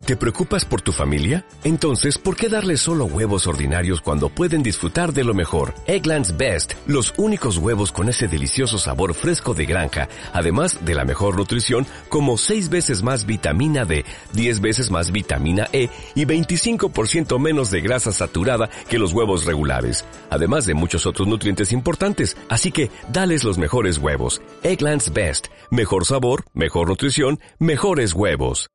¿Te preocupas por tu familia? Entonces, ¿por qué darles solo huevos ordinarios cuando pueden disfrutar de lo mejor? Eggland's Best, los únicos huevos con ese delicioso sabor fresco de granja, además de la mejor nutrición, como 6 veces más vitamina D, 10 veces más vitamina E y 25% menos de grasa saturada que los huevos regulares, además de muchos otros nutrientes importantes. Así que, dales los mejores huevos. Eggland's Best, mejor sabor, mejor nutrición, mejores huevos.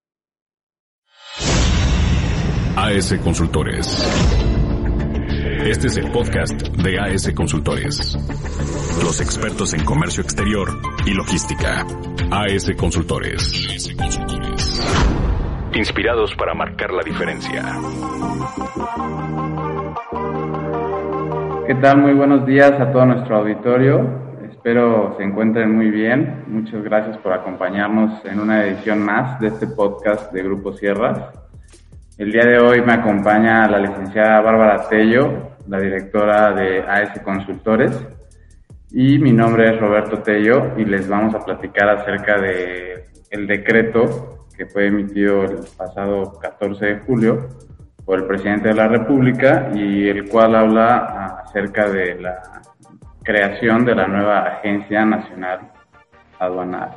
AS Consultores. Este es el podcast de AS Consultores. Los expertos en comercio exterior y logística. AS Consultores. Inspirados para marcar la diferencia. ¿Qué tal? Muy buenos días a todo nuestro auditorio. Espero se encuentren muy bien. Muchas gracias por acompañarnos en una edición más de este podcast de Grupo Sierras. El día de hoy me acompaña la licenciada Bárbara Tello, la directora de AS Consultores, y mi nombre es Roberto Tello y les vamos a platicar acerca de el decreto que fue emitido el pasado 14 de julio por el presidente de la República y el cual habla acerca de la creación de la nueva Agencia Nacional Aduanal.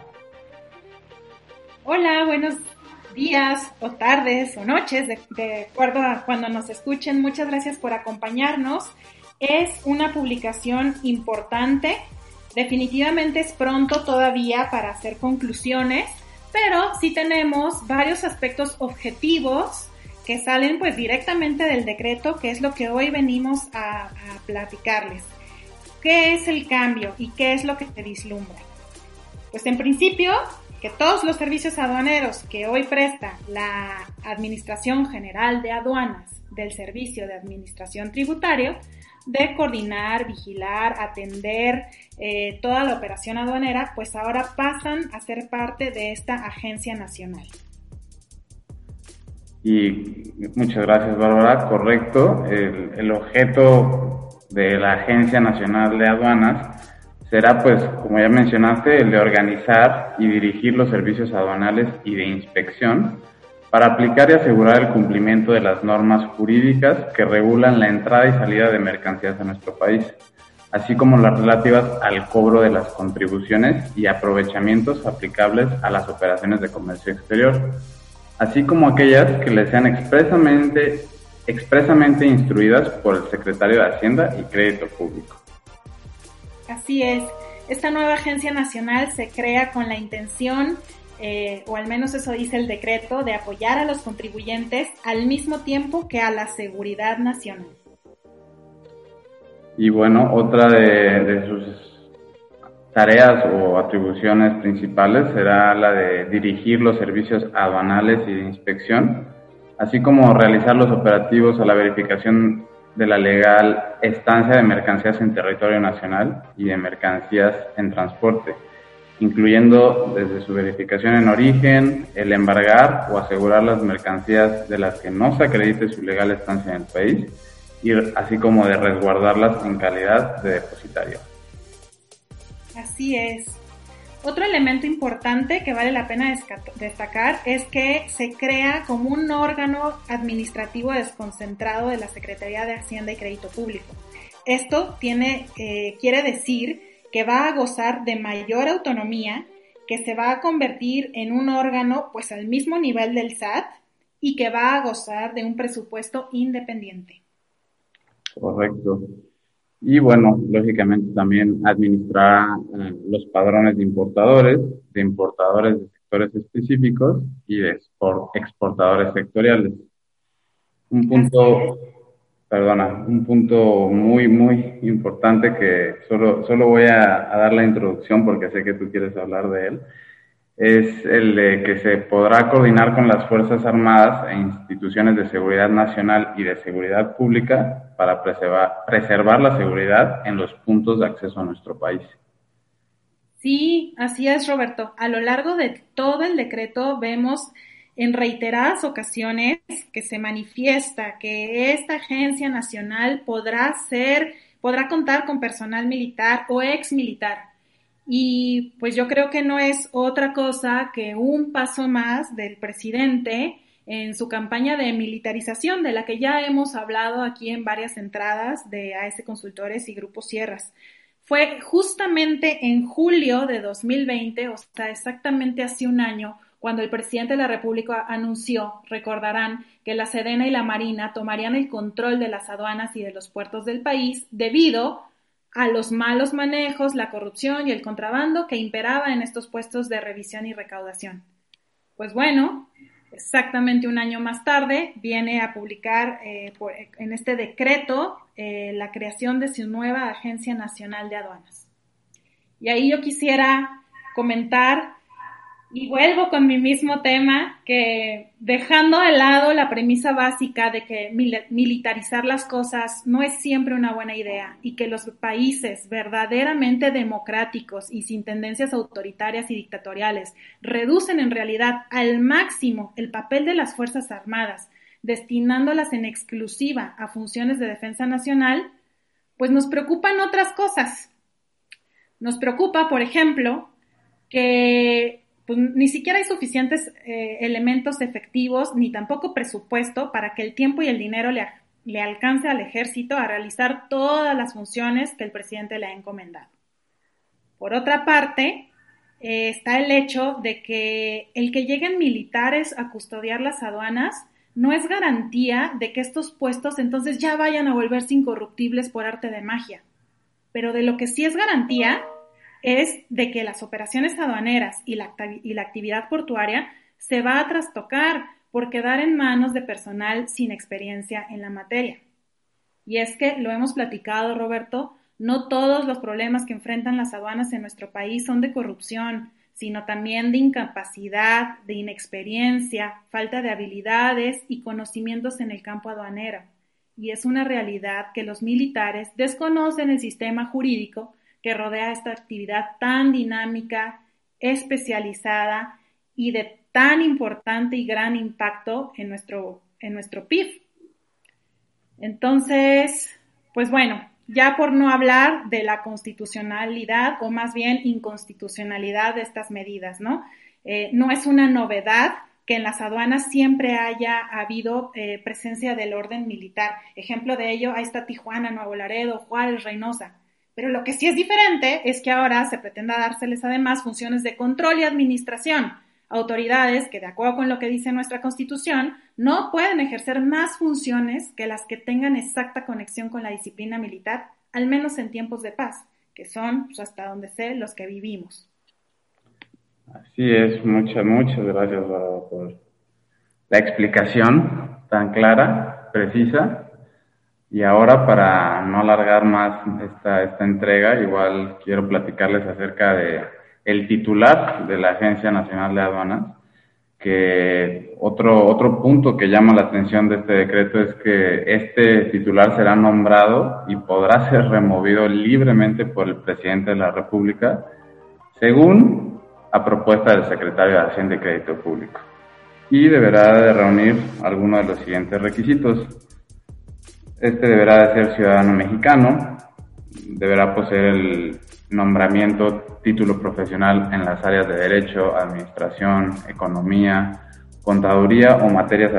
Hola, buenos días o tardes o noches, de acuerdo a cuando nos escuchen. Muchas gracias por acompañarnos. Es una publicación importante. Definitivamente es pronto todavía para hacer conclusiones, pero sí tenemos varios aspectos objetivos que salen pues directamente del decreto, que es lo que hoy venimos a platicarles. ¿Qué es el cambio y qué es lo que se vislumbra? Pues en principio, que todos los servicios aduaneros que hoy presta la Administración General de Aduanas del Servicio de Administración Tributaria, de coordinar, vigilar, atender toda la operación aduanera, pues ahora pasan a ser parte de esta agencia nacional. Y muchas gracias, Bárbara. Correcto. El objeto de la Agencia Nacional de Aduanas será, pues, como ya mencionaste, el de organizar y dirigir los servicios aduanales y de inspección para aplicar y asegurar el cumplimiento de las normas jurídicas que regulan la entrada y salida de mercancías a nuestro país, así como las relativas al cobro de las contribuciones y aprovechamientos aplicables a las operaciones de comercio exterior, así como aquellas que les sean expresamente instruidas por el Secretario de Hacienda y Crédito Público. Así es. Esta nueva agencia nacional se crea con la intención, o al menos eso dice el decreto, de apoyar a los contribuyentes al mismo tiempo que a la seguridad nacional. Y bueno, otra de sus tareas o atribuciones principales será la de dirigir los servicios aduanales y de inspección, así como realizar los operativos a la verificación de la legal estancia de mercancías en territorio nacional y de mercancías en transporte, incluyendo desde su verificación en origen, el embargar o asegurar las mercancías de las que no se acredite su legal estancia en el país, y así como de resguardarlas en calidad de depositario. Así es. Otro elemento importante que vale la pena destacar es que se crea como un órgano administrativo desconcentrado de la Secretaría de Hacienda y Crédito Público. Esto quiere decir que va a gozar de mayor autonomía, que se va a convertir en un órgano pues al mismo nivel del SAT y que va a gozar de un presupuesto independiente. Correcto. Y bueno, lógicamente también administrará los padrones de importadores de sectores específicos y de exportadores sectoriales. Un punto muy, muy importante que solo voy a dar la introducción porque sé que tú quieres hablar de él, es el de que se podrá coordinar con las Fuerzas Armadas e instituciones de seguridad nacional y de seguridad pública para preservar la seguridad en los puntos de acceso a nuestro país. Sí, así es, Roberto. A lo largo de todo el decreto vemos en reiteradas ocasiones que se manifiesta que esta agencia nacional podrá contar con personal militar o exmilitar. Y pues yo creo que no es otra cosa que un paso más del presidente en su campaña de militarización, de la que ya hemos hablado aquí en varias entradas de AS Consultores y Grupo Sierras. Fue justamente en julio de 2020, o sea, exactamente hace un año, cuando el presidente de la República anunció, recordarán, que la Sedena y la Marina tomarían el control de las aduanas y de los puertos del país debido a los malos manejos, la corrupción y el contrabando que imperaba en estos puestos de revisión y recaudación. Pues bueno, exactamente un año más tarde viene a publicar en este decreto la creación de su nueva Agencia Nacional de Aduanas. Y ahí yo quisiera comentar, y vuelvo con mi mismo tema, que dejando de lado la premisa básica de que militarizar las cosas no es siempre una buena idea y que los países verdaderamente democráticos y sin tendencias autoritarias y dictatoriales reducen en realidad al máximo el papel de las Fuerzas Armadas, destinándolas en exclusiva a funciones de defensa nacional, pues nos preocupan otras cosas. Nos preocupa, por ejemplo, que pues ni siquiera hay suficientes elementos efectivos ni tampoco presupuesto para que el tiempo y el dinero le alcance al ejército a realizar todas las funciones que el presidente le ha encomendado. Por otra parte, está el hecho de que el que lleguen militares a custodiar las aduanas no es garantía de que estos puestos entonces ya vayan a volverse incorruptibles por arte de magia. Pero de lo que sí es garantía es de que las operaciones aduaneras y la actividad portuaria se va a trastocar por quedar en manos de personal sin experiencia en la materia. Y es que, lo hemos platicado, Roberto, no todos los problemas que enfrentan las aduanas en nuestro país son de corrupción, sino también de incapacidad, de inexperiencia, falta de habilidades y conocimientos en el campo aduanero. Y es una realidad que los militares desconocen el sistema jurídico que rodea esta actividad tan dinámica, especializada y de tan importante y gran impacto en nuestro PIB. Entonces, pues bueno, ya por no hablar de la constitucionalidad o más bien inconstitucionalidad de estas medidas, ¿no? No es una novedad que en las aduanas siempre haya habido presencia del orden militar. Ejemplo de ello, ahí está Tijuana, Nuevo Laredo, Juárez, Reynosa. Pero lo que sí es diferente es que ahora se pretenda dárseles además funciones de control y administración. Autoridades que, de acuerdo con lo que dice nuestra Constitución, no pueden ejercer más funciones que las que tengan exacta conexión con la disciplina militar, al menos en tiempos de paz, que son, pues, hasta donde sé, los que vivimos. Así es, muchas gracias por la explicación tan clara, precisa. Y ahora, para no alargar más esta entrega, igual quiero platicarles acerca de el titular de la Agencia Nacional de Aduanas, que otro punto que llama la atención de este decreto es que este titular será nombrado y podrá ser removido libremente por el presidente de la República, según a propuesta del secretario de Hacienda y Crédito Público, y deberá de reunir algunos de los siguientes requisitos. Este deberá de ser ciudadano mexicano, deberá poseer el nombramiento, título profesional en las áreas de Derecho, Administración, Economía, Contaduría o materias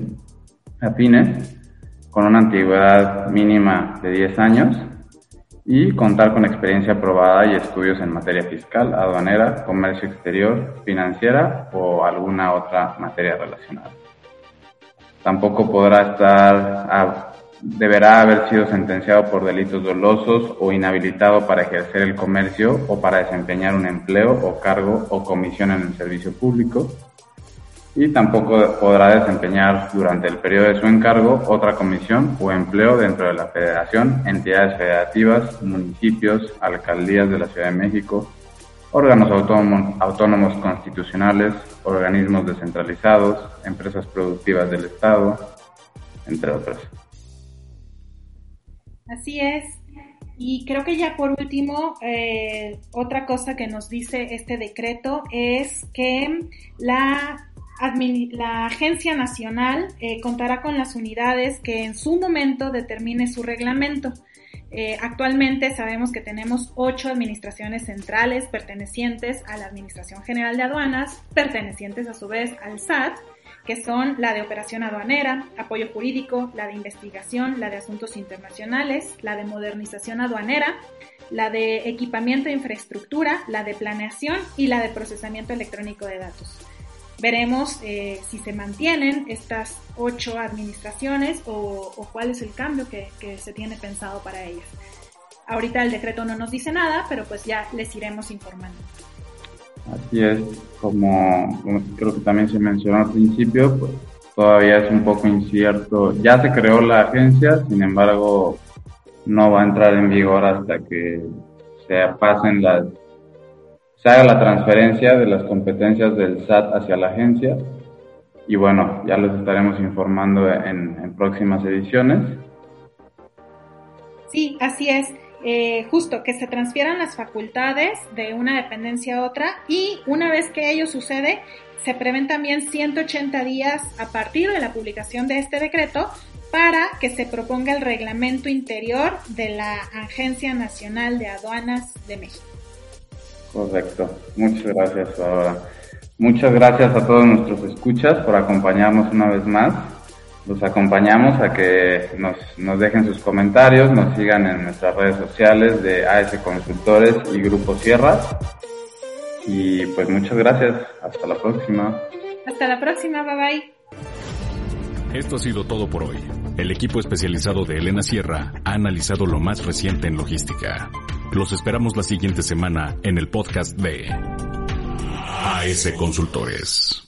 afines, con una antigüedad mínima de 10 años y contar con experiencia probada y estudios en materia fiscal, aduanera, comercio exterior, financiera o alguna otra materia relacionada. Tampoco deberá haber sido sentenciado por delitos dolosos o inhabilitado para ejercer el comercio o para desempeñar un empleo o cargo o comisión en el servicio público, y tampoco podrá desempeñar durante el periodo de su encargo otra comisión o empleo dentro de la Federación, entidades federativas, municipios, alcaldías de la Ciudad de México, órganos autónomos constitucionales, organismos descentralizados, empresas productivas del Estado, entre otros. Así es, y creo que ya por último, otra cosa que nos dice este decreto es que la Agencia Nacional contará con las unidades que en su momento determine su reglamento. Actualmente sabemos que tenemos 8 administraciones centrales pertenecientes a la Administración General de Aduanas, pertenecientes a su vez al SAT, que son la de operación aduanera, apoyo jurídico, la de investigación, la de asuntos internacionales, la de modernización aduanera, la de equipamiento e infraestructura, la de planeación y la de procesamiento electrónico de datos. Veremos si se mantienen estas 8 administraciones o cuál es el cambio que se tiene pensado para ellas. Ahorita el decreto no nos dice nada, pero pues ya les iremos informando. Así es, como creo que también se mencionó al principio, pues todavía es un poco incierto. Ya se creó la agencia, sin embargo, no va a entrar en vigor hasta que se haga la transferencia de las competencias del SAT hacia la agencia. Y bueno, ya los estaremos informando en próximas ediciones. Sí, así es. Justo que se transfieran las facultades de una dependencia a otra, y una vez que ello sucede, se prevén también 180 días a partir de la publicación de este decreto para que se proponga el reglamento interior de la Agencia Nacional de Aduanas de México. Correcto. Muchas gracias, Bárbara. Muchas gracias a todos nuestros escuchas por acompañarnos una vez más. Los acompañamos a que nos dejen sus comentarios, nos sigan en nuestras redes sociales de AS Consultores y Grupo Sierras. Y pues muchas gracias. Hasta la próxima. Hasta la próxima. Bye bye. Esto ha sido todo por hoy. El equipo especializado de Elena Sierra ha analizado lo más reciente en logística. Los esperamos la siguiente semana en el podcast de AS Consultores.